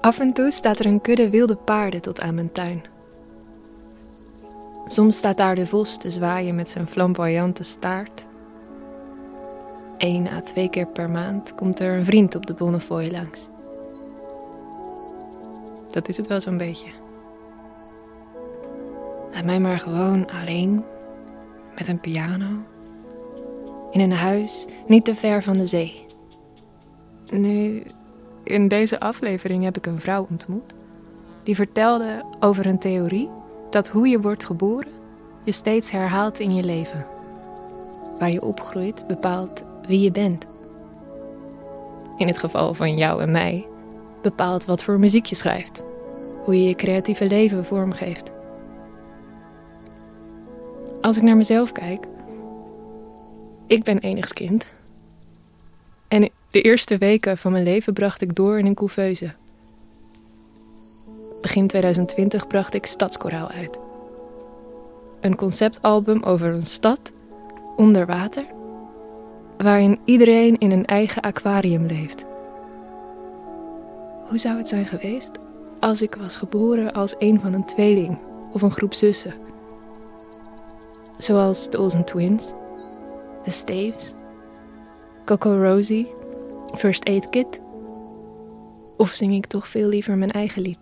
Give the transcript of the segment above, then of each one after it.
Af en toe staat er een kudde wilde paarden tot aan mijn tuin. Soms staat daar de vos te zwaaien met zijn flamboyante staart. 1 à 2 keer per maand komt er een vriend op de Bonnefoy langs. Dat is het wel zo'n beetje. Laat mij maar gewoon alleen, met een piano, in een huis niet te ver van de zee. Nu, in deze aflevering heb ik een vrouw ontmoet die vertelde over een theorie dat hoe je wordt geboren je steeds herhaalt in je leven. Waar je opgroeit bepaalt wie je bent. In het geval van jou en mij bepaalt wat voor muziek je schrijft, hoe je je creatieve leven vormgeeft. Als ik naar mezelf kijk, ik ben enigskind. En de eerste weken van mijn leven bracht ik door in een couveuse. Begin 2020 bracht ik Stadskoraal uit. Een conceptalbum over een stad, onder water, waarin iedereen in een eigen aquarium leeft. Hoe zou het zijn geweest als ik was geboren als een van een tweeling of een groep zussen? Zoals de Olsen Twins, de Staves, Coco Rosie, First Aid Kit? Of zing ik toch veel liever mijn eigen lied?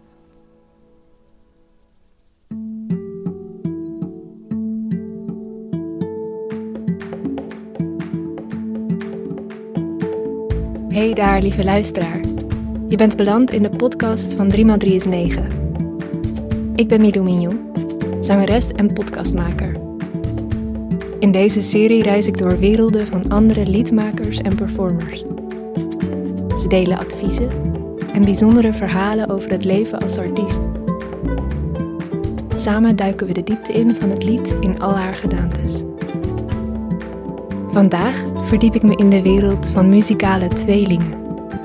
Hey daar, lieve luisteraar. Je bent beland in de podcast van 3x3 is 9. Ik ben Milou Mignon, zangeres en podcastmaker. In deze serie reis ik door werelden van andere liedmakers en performers. Ze delen adviezen en bijzondere verhalen over het leven als artiest. Samen duiken we de diepte in van het lied in al haar gedaantes. Vandaag verdiep ik me in de wereld van muzikale tweelingen.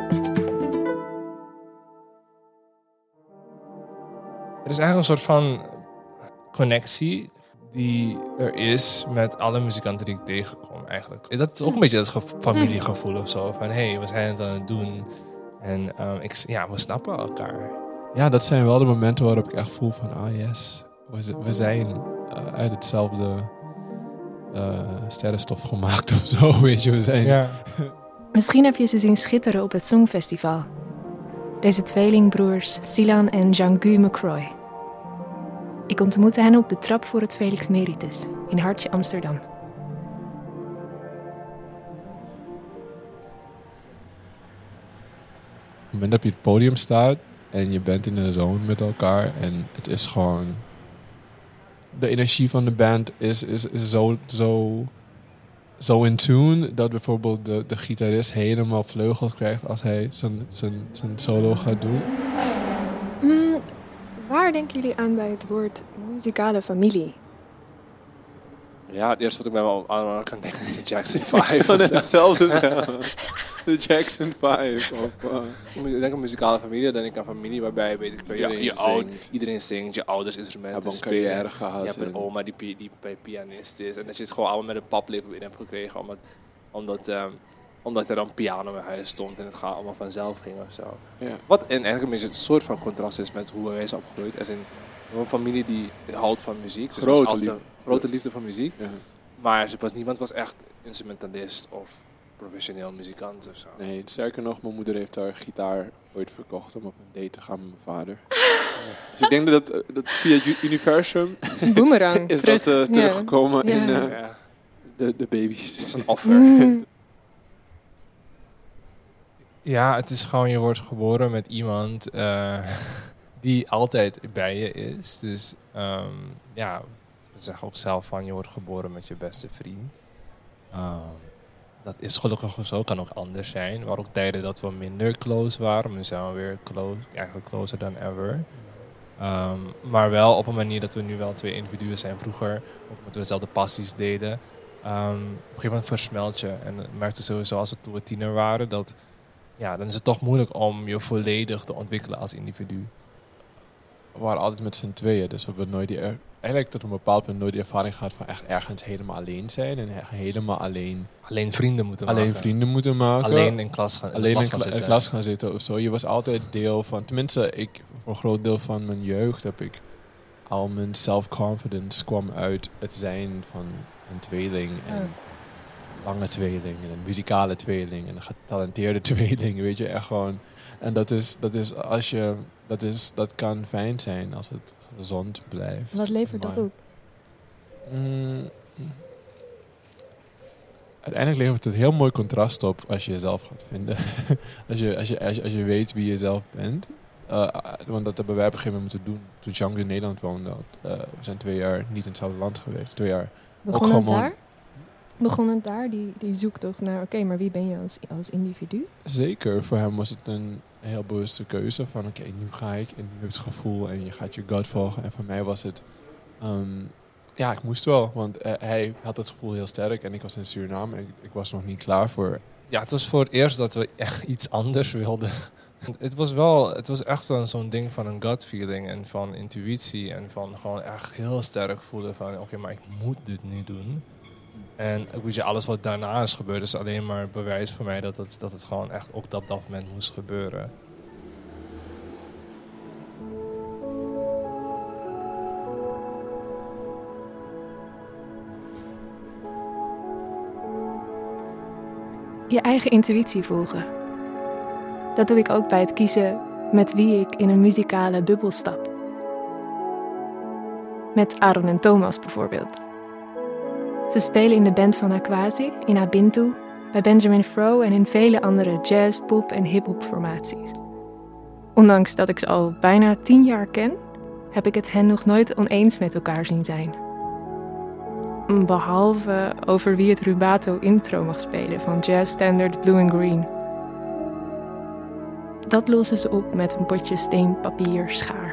Er is eigenlijk een soort van connectie die er is met alle muzikanten die ik tegenkom eigenlijk. Dat is ook een beetje het familiegevoel of zo. Van hey, we zijn het aan het doen. En we snappen elkaar. Ja, dat zijn wel de momenten waarop ik echt voel van yes, we zijn uit hetzelfde sterrenstof gemaakt of zo, weet je. We zijn... Ja. Misschien heb je ze zien schitteren op het Songfestival. Deze tweelingbroers Silan en Jean-Guy McCroy. Ik ontmoette hen op de trap voor het Felix Meritus in Hartje Amsterdam. Op het moment dat je op het podium staat en je bent in een zone met elkaar en het is gewoon... De energie van de band is zo in tune dat bijvoorbeeld de gitarist helemaal vleugels krijgt als hij zijn solo gaat doen. Waar denken jullie aan bij het woord muzikale familie? Ja, het eerste wat ik bij me aan kan denken is de Jackson 5. Zo net hetzelfde zeggen. De Jackson 5. Ik denk aan muzikale familie, dan denk ik aan familie waarbij weet ik, iedereen zingt, je ouders instrumenten hebben een spelen. carrière gehad. Je hebt een oma die pianist is. En dat je het gewoon allemaal met een paplepel in hebt gekregen. Omdat er dan piano in huis stond en het gaat allemaal vanzelf ging of zo. Ja. Wat eigenlijk een beetje een soort van contrast is met hoe wij zijn opgegroeid. Als in een familie die houdt van muziek. Dus grote liefde voor muziek. Ja. Maar niemand was echt instrumentalist of professioneel muzikant of zo. Nee, sterker nog, mijn moeder heeft haar gitaar ooit verkocht om op een date te gaan met mijn vader. Dus ik denk dat via het universum Boomerang. is dat teruggekomen in de baby's. Dat is een offer. Ja, het is gewoon, je wordt geboren met iemand die altijd bij je is. Dus we zeggen ook zelf van, je wordt geboren met je beste vriend. Dat is gelukkig zo, kan ook anders zijn. Er waren ook tijden dat we minder close waren. Nu zijn we weer eigenlijk closer than ever. Maar wel op een manier dat we nu wel 2 individuen zijn. Vroeger, ook omdat we dezelfde passies deden. Op een gegeven moment versmelt je. En ik merkte sowieso als toen we tiener waren, dat dan is het toch moeilijk om je volledig te ontwikkelen als individu. We waren altijd met z'n tweeën, dus we hebben nooit die eigenlijk tot een bepaald punt nooit de ervaring gehad van echt ergens helemaal alleen zijn. En helemaal alleen Vrienden moeten maken. vrienden moeten maken. Alleen in klas gaan, in klas gaan zitten of zo. Je was altijd deel van, tenminste, voor een groot deel van mijn jeugd heb ik al mijn self-confidence kwam uit het zijn van een tweeling. En lange tweeling en een muzikale tweeling en een getalenteerde tweeling, weet je, echt gewoon. En dat kan fijn zijn als het gezond blijft. Wat levert dat op? Uiteindelijk levert het een heel mooi contrast op als je jezelf gaat vinden. als je weet wie je zelf bent. Want dat hebben wij op een gegeven moment moeten doen toen Django in Nederland woonde. We zijn 2 jaar niet in hetzelfde land geweest. 2 jaar. Begon het daar, die zoektocht naar, oké, maar wie ben je als individu? Zeker, voor hem was het een heel bewuste keuze van oké, nu ga ik en nu heb het gevoel en je gaat je gut volgen. En voor mij was het, ik moest wel, want hij had het gevoel heel sterk en ik was in Suriname en ik was nog niet klaar voor. Ja, het was voor het eerst dat we echt iets anders wilden. Het was echt zo'n ding van een gut feeling en van intuïtie en van gewoon echt heel sterk voelen van oké, maar ik moet dit nu doen. En weet je, alles wat daarna is gebeurd is alleen maar bewijs voor mij dat het gewoon echt op dat moment moest gebeuren. Je eigen intuïtie volgen. Dat doe ik ook bij het kiezen met wie ik in een muzikale bubbel stap. Met Aaron en Thomas bijvoorbeeld. Ze spelen in de band van Akwasi, in Abintu, bij Benjamin Fro en in vele andere jazz, pop en hip-hop formaties. Ondanks dat ik ze al bijna 10 jaar ken, heb ik het hen nog nooit oneens met elkaar zien zijn. Behalve over wie het rubato intro mag spelen van jazzstandard Blue and Green. Dat lossen ze op met een potje steen, papier, schaar.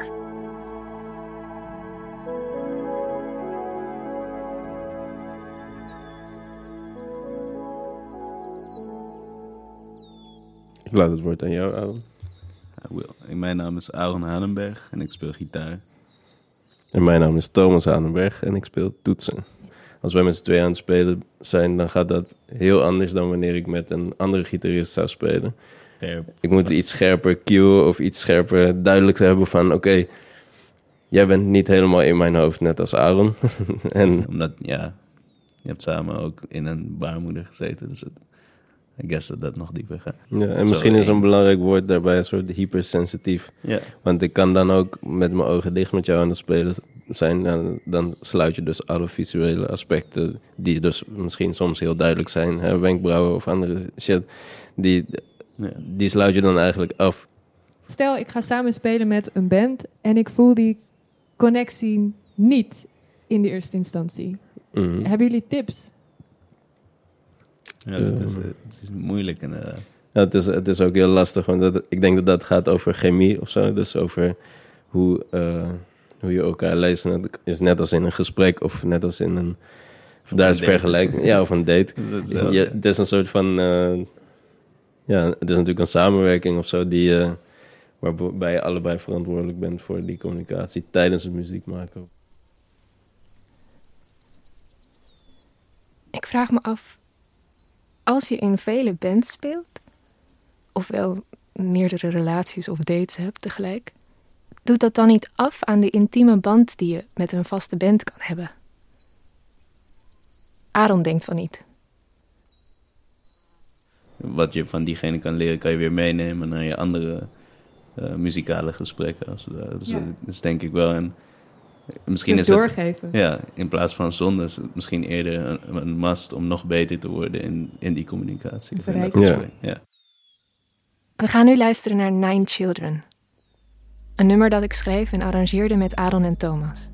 Ik laat het woord aan jou, Aaron. Mijn naam is Aaron Hanenberg en ik speel gitaar. En mijn naam is Thomas Hanenberg en ik speel toetsen. Als wij met z'n tweeën aan het spelen zijn, dan gaat dat heel anders dan wanneer ik met een andere gitarist zou spelen. Ik moet iets scherper cueën of iets scherper duidelijk hebben van oké, jij bent niet helemaal in mijn hoofd, net als Aaron. Omdat, je hebt samen ook in een baarmoeder gezeten, dus I guess dat nog dieper gaat. Ja, en misschien is een belangrijk woord daarbij een soort hypersensitief. Ja. Want ik kan dan ook met mijn ogen dicht met jou aan het spelen zijn. En dan sluit je dus alle visuele aspecten, die dus misschien soms heel duidelijk zijn, hè, wenkbrauwen of andere shit, die sluit je dan eigenlijk af. Stel, ik ga samen spelen met een band en ik voel die connectie niet in de eerste instantie. Mm-hmm. Hebben jullie tips? Ja, het is moeilijk. Ja, het is ook heel lastig, want ik denk dat gaat over chemie of zo. Dus over hoe je elkaar leest. Het is net als in een gesprek of net als in een... Daar is vergelijking. Ja, of een date. Het is een soort van... het is natuurlijk een samenwerking of zo waarbij je allebei verantwoordelijk bent voor die communicatie tijdens het muziek maken. Ik vraag me af, als je in vele bands speelt, ofwel meerdere relaties of dates hebt tegelijk, doet dat dan niet af aan de intieme band die je met een vaste band kan hebben? Aaron denkt van niet. Wat je van diegene kan leren, kan je weer meenemen naar je andere muzikale gesprekken. Dus dat is denk ik wel misschien is doorgeven. Het, in plaats van zonde is het misschien eerder een must om nog beter te worden in die communicatie. Ja. We gaan nu luisteren naar 9 Children. Een nummer dat ik schreef en arrangeerde met Aaron en Thomas.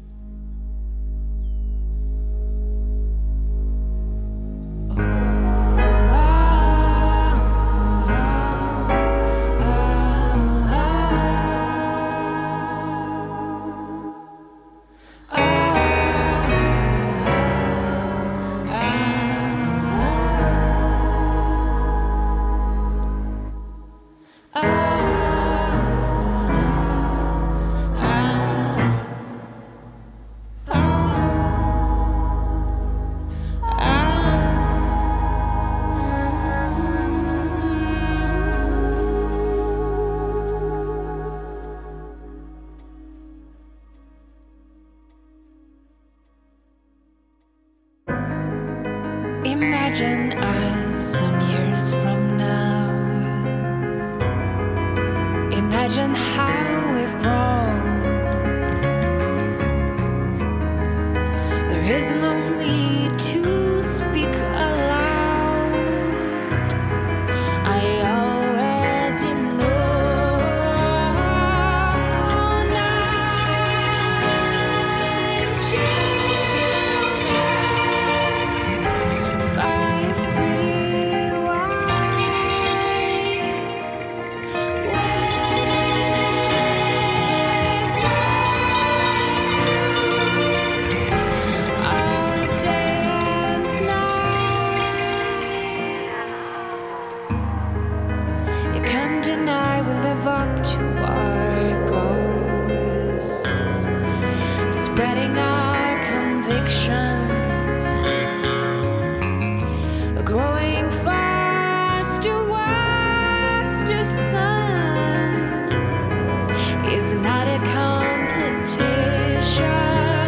Imagine us some years from now. Imagine how we've grown. There is no need to speak aloud. I already know. 9 children, 5 pretty wives. All day and night. You can't deny we live up to our goals, spreading our convictions, growing fast towards the sun. It's not a competition.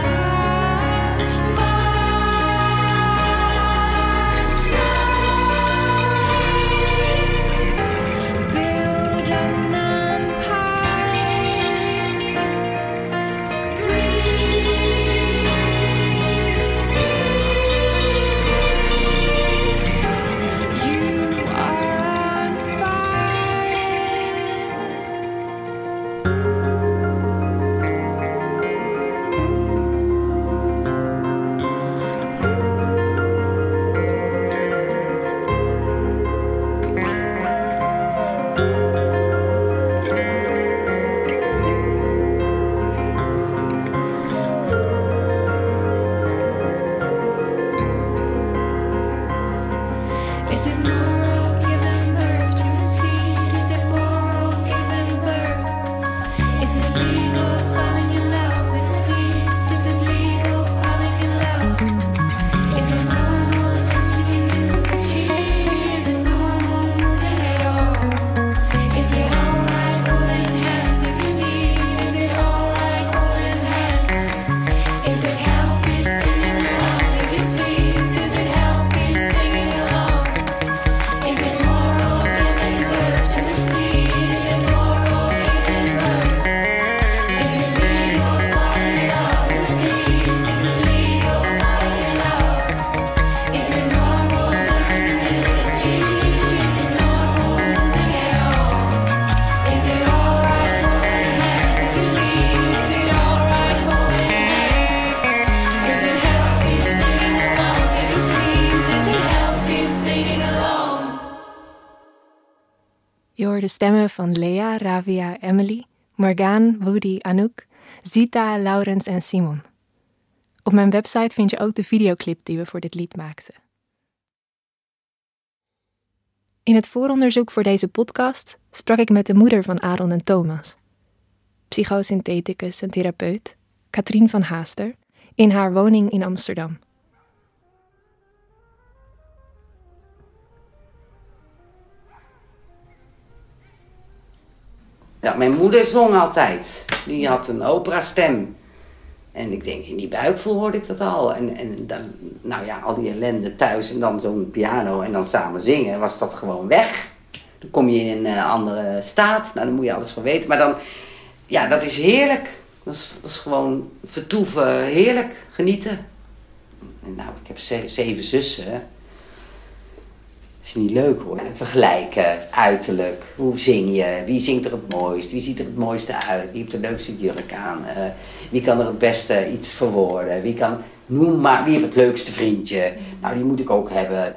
March slowly, build an empire. Breathe deeply. You are on Is it moral giving birth to a seed? Is it moral giving birth? Is it legal falling in love with the beast? Is it legal falling in love? Is it normal tasting nudity? Is it normal moving at all? Is it alright holding hands if you need? Is it alright holding hands? Is it healthy singing along if you please? Is it healthy singing along? Is it moral giving birth to a seed? Is it moral giving birth? Is it legal falling in love with the beast? Is it legal falling in love? Is it normal dancing nudity? Is it normal moving at all? Is it alright holding hands if you need? Is it alright holding hands? Is it healthy singing along if you please? Is it healthy singing along? Je hoort de stemmen van Lea, Ravia, Emily, Morgaan, Woody, Anouk, Zita, Laurens en Simon. Op mijn website vind je ook de videoclip die we voor dit lied maakten. In het vooronderzoek voor deze podcast sprak ik met de moeder van Aaron en Thomas, psychosyntheticus en therapeut, Katrien van Haaster, in haar woning in Amsterdam. Ja, mijn moeder zong altijd. Die had een operastem. En ik denk, in die buikvoel hoorde ik dat al. En dan, nou ja, al die ellende thuis en dan zo'n piano en dan samen zingen, was dat gewoon weg. Dan kom je in een andere staat. Nou, dan moet je alles van weten. Maar dan, ja, dat is heerlijk. Dat is gewoon vertoeven, heerlijk, genieten. En nou, ik heb 7 zussen. Is niet leuk hoor. Vergelijken, uiterlijk. Hoe zing je? Wie zingt er het mooist? Wie ziet er het mooiste uit? Wie heeft de leukste jurk aan? Wie kan er het beste iets verwoorden? Wie heeft het leukste vriendje? Nou, die moet ik ook hebben.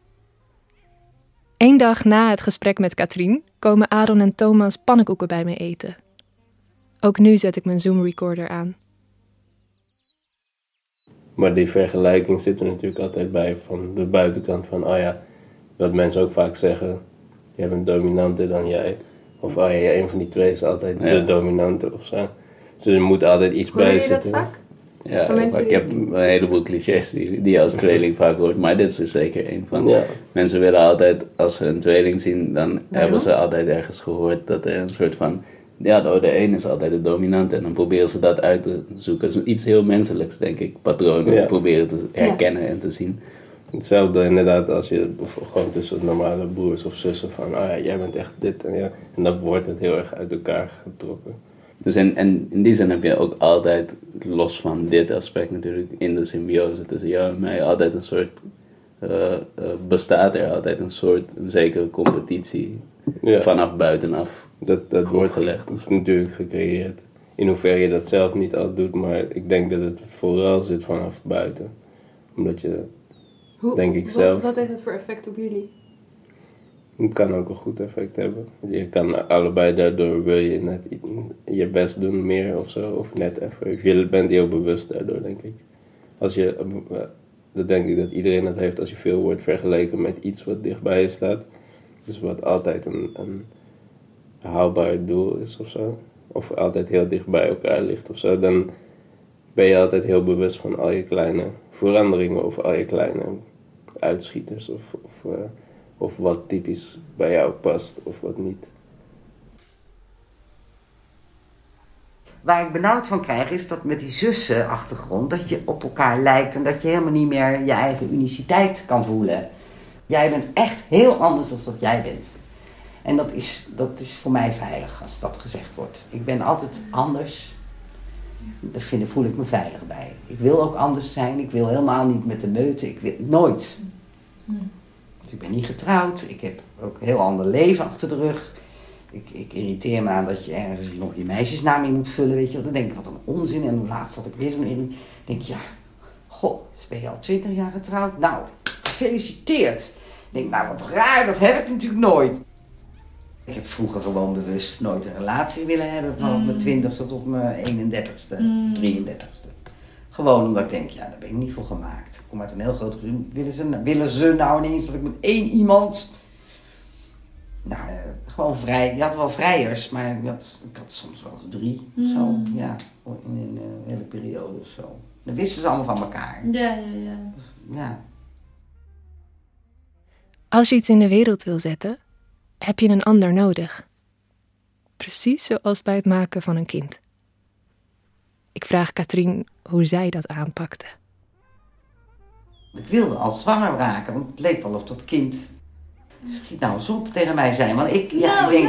1 dag na het gesprek met Katrien komen Aaron en Thomas pannenkoeken bij me eten. Ook nu zet ik mijn Zoom-recorder aan. Maar die vergelijking zit er natuurlijk altijd bij van de buitenkant van, oh ja, wat mensen ook vaak zeggen, jij bent dominanter dan jij. Of oh ja, een van die twee is altijd de dominante of zo. Dus er moet altijd iets bij zitten. Hoor je dat vaak? Ja, maar ik heb een heleboel clichés die je als tweeling vaak hoort, maar dit is er zeker een van. Ja. Mensen willen altijd, als ze een tweeling zien, dan hebben ze altijd ergens gehoord dat er een soort van, ja, de een is altijd de dominante en dan proberen ze dat uit te zoeken. Het is iets heel menselijks, denk ik, patronen proberen te herkennen en te zien. Hetzelfde inderdaad als je gewoon tussen normale broers of zussen van, jij bent echt dit en ja. En dan wordt het heel erg uit elkaar getrokken. Dus en in die zin heb je ook altijd, los van dit aspect natuurlijk, in de symbiose tussen jou en mij, altijd een soort, bestaat er altijd een soort zekere competitie vanaf buitenaf. Dat wordt gelegd natuurlijk gecreëerd. In hoeverre je dat zelf niet al doet, maar ik denk dat het vooral zit vanaf buiten. Omdat je, denk ik zelf... Wat heeft het voor effect op jullie? Het kan ook een goed effect hebben. Je kan allebei daardoor, wil je net je best doen meer of zo, of net even. Je bent heel bewust daardoor, denk ik. Dat denk ik dat iedereen dat heeft als je veel wordt vergeleken met iets wat dichtbij je staat. Dus wat altijd een haalbaar doel is of zo. Of altijd heel dicht bij elkaar ligt of zo. Dan ben je altijd heel bewust van al je kleine veranderingen of al je kleine uitschieters. Of wat typisch bij jou past of wat niet. Waar ik benauwd van krijg is dat met die zussenachtergrond, dat je op elkaar lijkt en dat je helemaal niet meer je eigen uniciteit kan voelen. Jij bent echt heel anders dan dat jij bent. En dat is voor mij veilig als dat gezegd wordt. Ik ben altijd anders. Daar voel ik me veilig bij. Ik wil ook anders zijn. Ik wil helemaal niet met de meute. Ik wil nooit. Dus ik ben niet getrouwd. Ik heb ook een heel ander leven achter de rug. Ik irriteer me aan dat je ergens nog je meisjesnaam in moet vullen. Weet je. Dan denk ik, wat een onzin. En laatst had ik weer zo'n irritatie. Dan denk ik, dus ben je al 20 jaar getrouwd? Nou, gefeliciteerd. Ik denk, nou wat raar, dat heb ik natuurlijk nooit. Ik heb vroeger gewoon bewust nooit een relatie willen hebben. Van mijn 20ste tot mijn 31ste, 33ste. Gewoon omdat ik denk, daar ben ik niet voor gemaakt. Ik kom uit een heel groot gezin. Willen ze nou ineens dat ik met 1 iemand... Nou, gewoon vrij. Je had wel vrijers, maar ik had soms wel eens 3 of zo. Ja, in een hele periode of zo. Dan wisten ze allemaal van elkaar. Ja. Dus, ja. Als je iets in de wereld wil zetten, heb je een ander nodig. Precies zoals bij het maken van een kind. Ik vraag Katrien hoe zij dat aanpakte. Ik wilde al zwanger raken, want het leek wel of dat kind... Schiet nou eens op tegen mij zijn, want ik denk...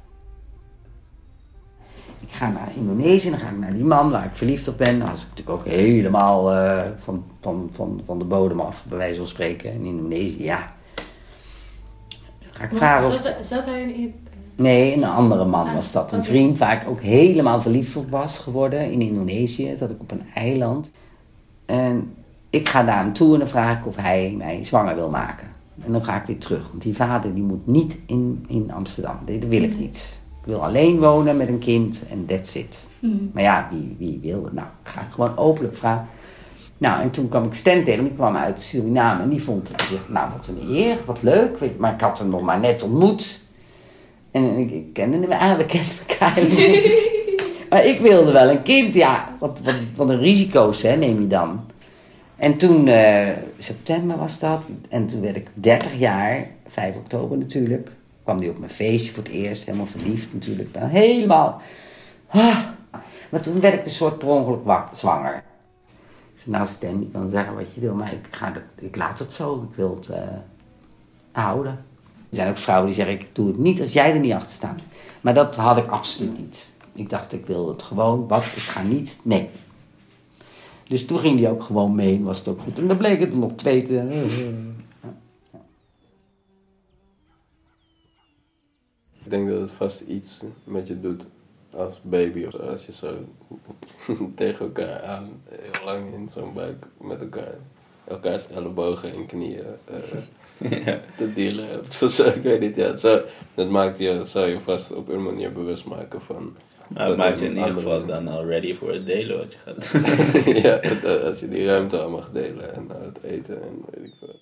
Ik ga naar Indonesië, dan ga ik naar die man waar ik verliefd op ben. Dan was ik natuurlijk ook helemaal van de bodem af, bij wijze van spreken. In Indonesië, Ga ik vragen of... Zat hij in... Nee, een andere man was dat. Een vriend waar ik ook helemaal verliefd op was geworden in Indonesië. Zat ik op een eiland. En ik ga daar naartoe en dan vraag ik of hij mij zwanger wil maken. En dan ga ik weer terug. Want die vader die moet niet in Amsterdam. Dat wil ik niet. Ik wil alleen wonen met een kind en that's it. Maar wie wil het? Nou, ik ga gewoon openlijk vragen. Nou, en toen kwam ik Stan tegen. Die kwam uit Suriname. En die vond het, nou wat een eer, wat leuk. Maar ik had hem nog maar net ontmoet. En ik kende hem, we kenden elkaar niet. Maar ik wilde wel een kind, wat een risico's neem je dan. En toen, september was dat, en toen werd ik 30 jaar, 5 oktober natuurlijk. Kwam die op mijn feestje voor het eerst, helemaal verliefd natuurlijk. Helemaal. Maar toen werd ik een soort per ongeluk zwanger. Ik zei, nou Stan, je kan zeggen wat je wil, maar ik laat het zo. Ik wil het houden. Er zijn ook vrouwen die zeggen, ik doe het niet als jij er niet achter staat. Maar dat had ik absoluut niet. Ik dacht, ik wil het gewoon, ik ga niet, nee. Dus toen ging die ook gewoon mee, was het ook goed. En dan bleek het er nog 2 te... Ik denk dat het vast iets met je doet als baby. Of als je zo tegen elkaar aan, heel lang in zo'n buik met elkaars ellebogen en knieën te dealen hebt. Of zo, ik weet niet. Dat maakt je, zou je vast op een manier bewust maken van... Maar het maakt je in ieder geval dan al ready voor het delen wat je gaat doen. Als je die ruimte al mag delen en het eten en weet ik wat.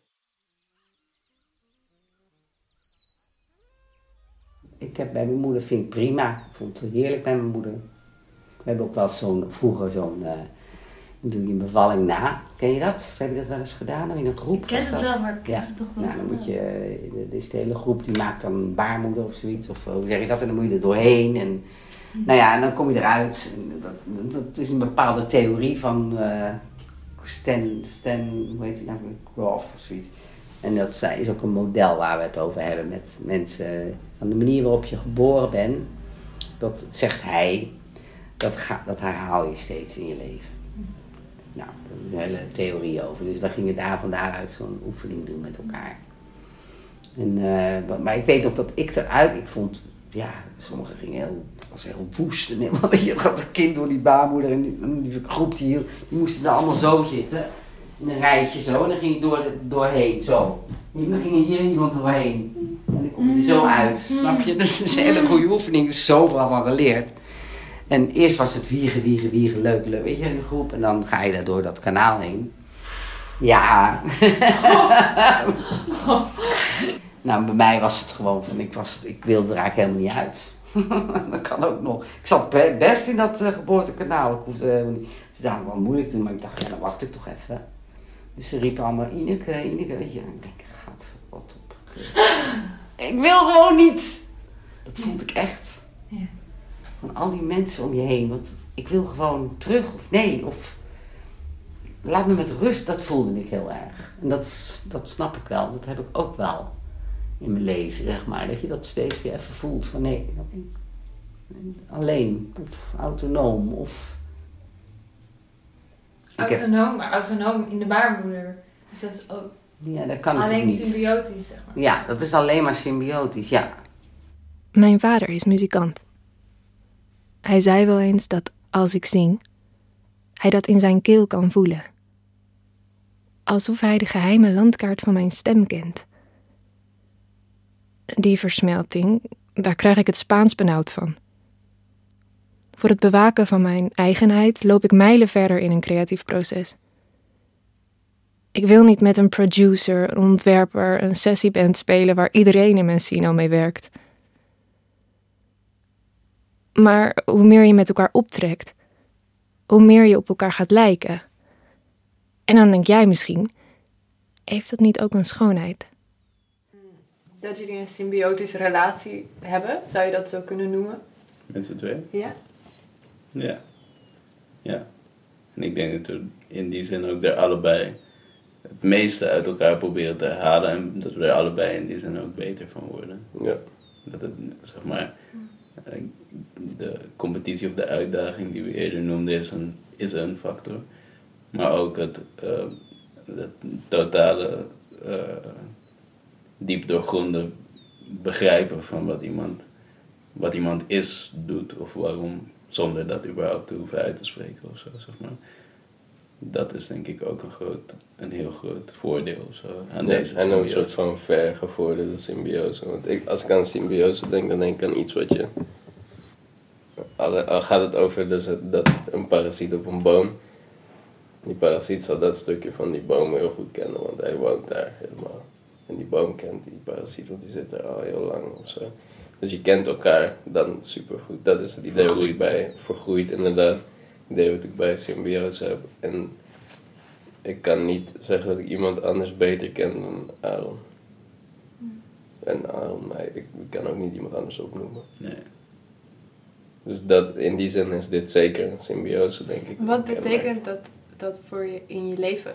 Ik heb bij mijn moeder, vind ik prima. Ik vond het heerlijk bij mijn moeder. We hebben ook wel vroeger zo'n, dan doe je een bevalling na. Ken je dat? Of heb je dat wel eens gedaan? In een groep? Ik ken het wel, maar ik heb het nog niet dan moet je, de hele groep die maakt dan een baarmoeder of zoiets. Of hoe zeg je dat? En dan moet je er doorheen. En, nou ja, en dan kom je eruit. Dat is een bepaalde theorie van Stan, hoe heet hij nou? Groff of zoiets. En dat is ook een model waar we het over hebben met mensen. Van de manier waarop je geboren bent, dat zegt hij, dat herhaal je steeds in je leven. Nou, daar is een hele theorie over. Dus we gingen van daaruit zo'n oefening doen met elkaar. Maar ik weet nog dat ik vond, sommigen gingen het was heel woest. En helemaal, weet je, gaat een kind door die baarmoeder en die groep die moesten er allemaal zo zitten. In een rijtje zo. En dan ging je doorheen, zo. En dan ging hier iemand doorheen. En dan kom je er zo uit. Snap je? Dat is een hele goede oefening. Er is zoveel van geleerd. En eerst was het wiegen, leuk, weet je, in de groep. En dan ga je daar door dat kanaal heen. Ja. Nou, bij mij was het gewoon van, ik wilde er eigenlijk helemaal niet uit. Dat kan ook nog. Ik zat best in dat geboortekanaal. Ik hoefde helemaal niet. Ze dachten wel moeilijk te doen, maar ik dacht, dan wacht ik toch even. Dus ze riepen allemaal, Ineke, weet je. En ik denk, gaat wat op. Ik wil gewoon niet. Dat vond ik echt. Ja. Van al die mensen om je heen. Want ik wil gewoon terug of nee. Of laat me met rust. Dat voelde ik heel erg. En dat snap ik wel. Dat heb ik ook wel in mijn leven, zeg maar. Dat je dat steeds weer even voelt. Van nee, alleen. Of autonoom. Of... Autonoom in de baarmoeder. Dus dat is ook ja, dat kan alleen niet. Symbiotisch, zeg maar. Ja, dat is alleen maar symbiotisch, ja. Mijn vader is muzikant. Hij zei wel eens dat als ik zing, hij dat in zijn keel kan voelen. Alsof hij de geheime landkaart van mijn stem kent. Die versmelting, daar krijg ik het Spaans benauwd van. Voor het bewaken van mijn eigenheid loop ik mijlen verder in een creatief proces. Ik wil niet met een producer, een ontwerper, een sessieband spelen waar iedereen in Mensino mee werkt. Maar hoe meer je met elkaar optrekt, hoe meer je op elkaar gaat lijken. En dan denk jij misschien, heeft dat niet ook een schoonheid? Dat jullie een symbiotische relatie hebben, zou je dat zo kunnen noemen? Met z'n tweeën? Ja. Ja. En ik denk dat we in die zin ook er allebei het meeste uit elkaar proberen te halen. En dat we er allebei in die zin ook beter van worden. Ja. Dat het, zeg maar, de competitie of de uitdaging die we eerder noemden is een factor. Maar ook het totale diep doorgronden begrijpen van wat iemand is, doet of waarom, zonder dat überhaupt te hoeven uit te spreken of zo, zeg maar. Dat is denk ik ook een heel groot voordeel of zo aan deze symbiose. En een soort van vergevorderde symbiose. Want als ik aan symbiose denk, dan denk ik aan iets wat je... Al gaat het over dus dat een parasiet op een boom. Die parasiet zal dat stukje van die boom heel goed kennen, want hij woont daar helemaal. En die boom kent die parasiet, want die zit er al heel lang of zo. Dus je kent elkaar dan supergoed. Dat is het idee wat ik bij vergroeit inderdaad. Het idee wat ik bij symbiose heb. En ik kan niet zeggen dat ik iemand anders beter ken dan Aaron. En Aaron, ik kan ook niet iemand anders opnoemen. Nee. Dus in die zin is dit zeker een symbiose, denk ik. Wat betekent dat voor je in je leven?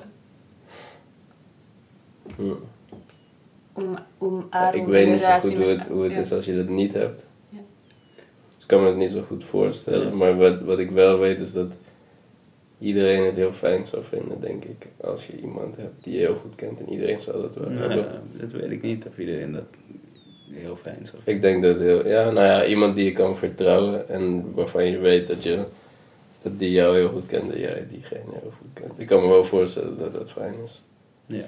Om Aaron ik weet niet zo goed hoe het ja. is als je dat niet hebt. Ja. Dus ik kan me het niet zo goed voorstellen. Ja. Maar wat ik wel weet is dat iedereen het heel fijn zou vinden, denk ik. Als je iemand hebt die je heel goed kent en iedereen zou dat wel hebben. Ja, dat weet ik niet of iedereen dat heel fijn zou vinden. Ik denk dat iemand die je kan vertrouwen en waarvan je weet dat die jou heel goed kent en jij diegene heel goed kent. Ik kan me wel voorstellen dat dat fijn is. Ja.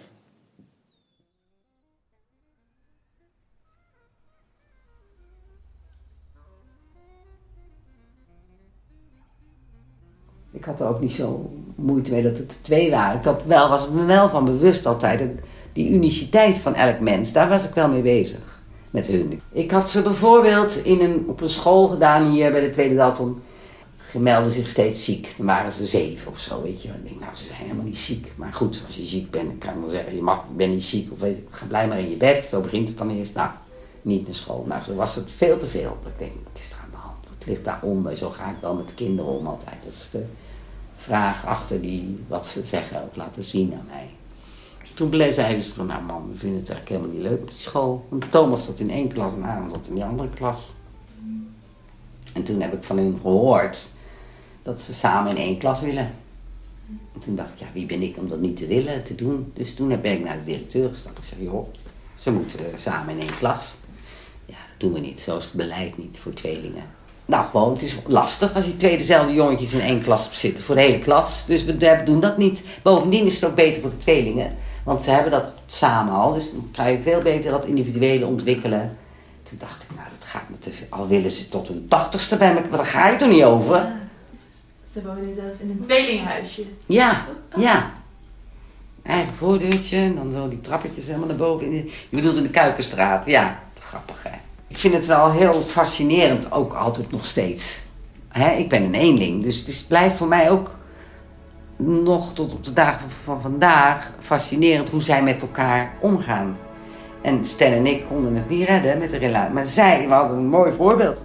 Ik had er ook niet zo moeite mee dat het er 2 waren. Was ik me wel van bewust altijd. Die uniciteit van elk mens, daar was ik wel mee bezig. Met hun. Ik had ze bijvoorbeeld op een school gedaan hier bij de Tweede Dalton. Ze melden zich steeds ziek. Dan waren ze 7 of zo, weet je. Ik denk, ze zijn helemaal niet ziek. Maar goed, als je ziek bent, dan kan je wel zeggen, ik ben niet ziek. Of ga blij maar in je bed. Zo begint het dan eerst. Nou, niet naar school. Nou, zo was het veel te veel. Dat ik denk, wat is er aan de hand? Wat ligt daaronder? Zo ga ik wel met de kinderen om altijd. Dat is vraag achter wat ze zeggen ook laten zien aan mij. Toen zeiden ze van, nou man, we vinden het eigenlijk helemaal niet leuk op die school. Want Thomas zat in 1 klas en Aaron zat in die andere klas. En toen heb ik van hun gehoord dat ze samen in 1 klas willen. En toen dacht ik, ja, wie ben ik om dat niet te willen, te doen? Dus toen ben ik naar de directeur gestapt. Ik zei, joh, ze moeten samen in 1 klas. Ja, dat doen we niet. Zo is het beleid niet voor tweelingen. Nou, gewoon, het is lastig als je 2 dezelfde jongetjes in 1 klas hebt zitten. Voor de hele klas. Dus we doen dat niet. Bovendien is het ook beter voor de tweelingen. Want ze hebben dat samen al. Dus dan kan je veel beter dat individuele ontwikkelen. Toen dacht ik, nou, dat gaat me te veel. Al willen ze tot hun 80ste bij me. Maar daar ga je toch niet over? Ja, ze wonen zelfs in een tweelinghuisje. Ja. Eigen voordeurtje. En dan zo die trappetjes helemaal naar boven. Je bedoelt in de Kuiperstraat. Ja, grappig hè. Ik vind het wel heel fascinerend, ook altijd nog steeds. Ik ben een eenling, dus het blijft voor mij ook nog tot op de dagen van vandaag fascinerend hoe zij met elkaar omgaan. En Stan en ik konden het niet redden met de relatie, maar we hadden een mooi voorbeeld.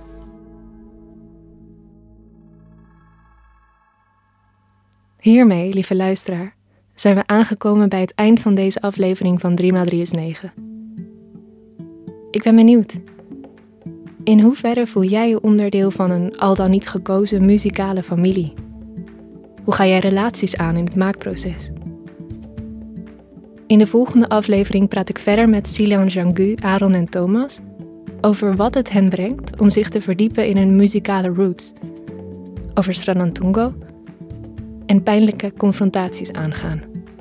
Hiermee, lieve luisteraar, zijn we aangekomen bij het eind van deze aflevering van 3x3 is 9. Ik ben benieuwd. In hoeverre voel jij je onderdeel van een al dan niet gekozen muzikale familie? Hoe ga jij relaties aan in het maakproces? In de volgende aflevering praat ik verder met Silan Jangu, Aaron en Thomas over wat het hen brengt om zich te verdiepen in hun muzikale roots, over Sranantungo en pijnlijke confrontaties aangaan.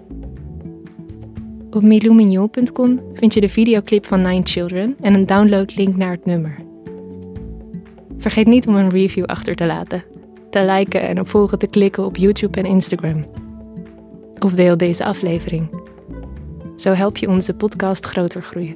Op milumignon.com vind je de videoclip van 9 Children en een downloadlink naar het nummer. Vergeet niet om een review achter te laten, te liken en op volgen te klikken op YouTube en Instagram. Of deel deze aflevering. Zo help je onze podcast groter groeien.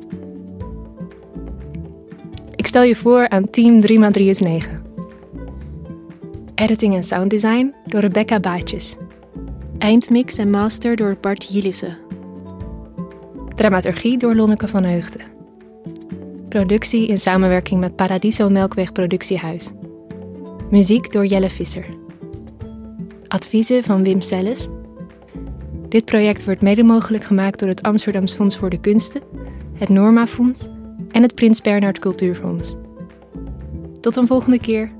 Ik stel je voor aan team 3x3 is 9. Editing en sounddesign door Rebecca Baatjes. Eindmix en master door Bart Jilissen. Dramaturgie door Lonneke van Heugden. Productie in samenwerking met Paradiso Melkweg Productiehuis. Muziek door Jelle Visser. Adviezen van Wim Selles. Dit project wordt mede mogelijk gemaakt door het Amsterdams Fonds voor de Kunsten, het Norma Fonds en het Prins Bernhard Cultuurfonds. Tot een volgende keer.